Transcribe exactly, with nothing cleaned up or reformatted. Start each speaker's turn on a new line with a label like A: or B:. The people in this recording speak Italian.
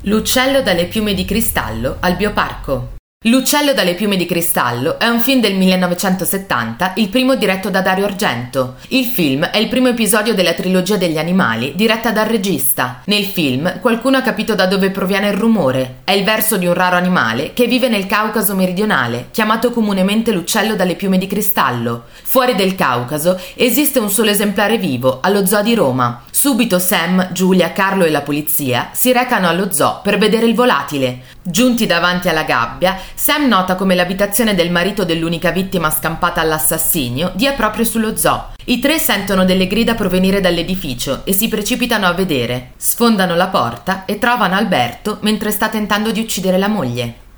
A: L'uccello dalle piume di cristallo al bioparco. L'uccello dalle piume di cristallo è un film del millenovecentosettanta, il primo diretto da Dario Argento. Il film è il primo episodio della trilogia degli animali, diretta dal regista. Nel film, qualcuno ha capito da dove proviene il rumore. È il verso di un raro animale che vive nel Caucaso meridionale, chiamato comunemente l'uccello dalle piume di cristallo. Fuori del Caucaso esiste un solo esemplare vivo, allo zoo di Roma. Subito Sam, Giulia, Carlo e la polizia si recano allo zoo per vedere il volatile. Giunti davanti alla gabbia, Sam nota come l'abitazione del marito dell'unica vittima scampata all'assassinio dia proprio sullo zoo. I tre sentono delle grida provenire dall'edificio e si precipitano a vedere. Sfondano la porta e trovano Alberto mentre sta tentando di uccidere la moglie.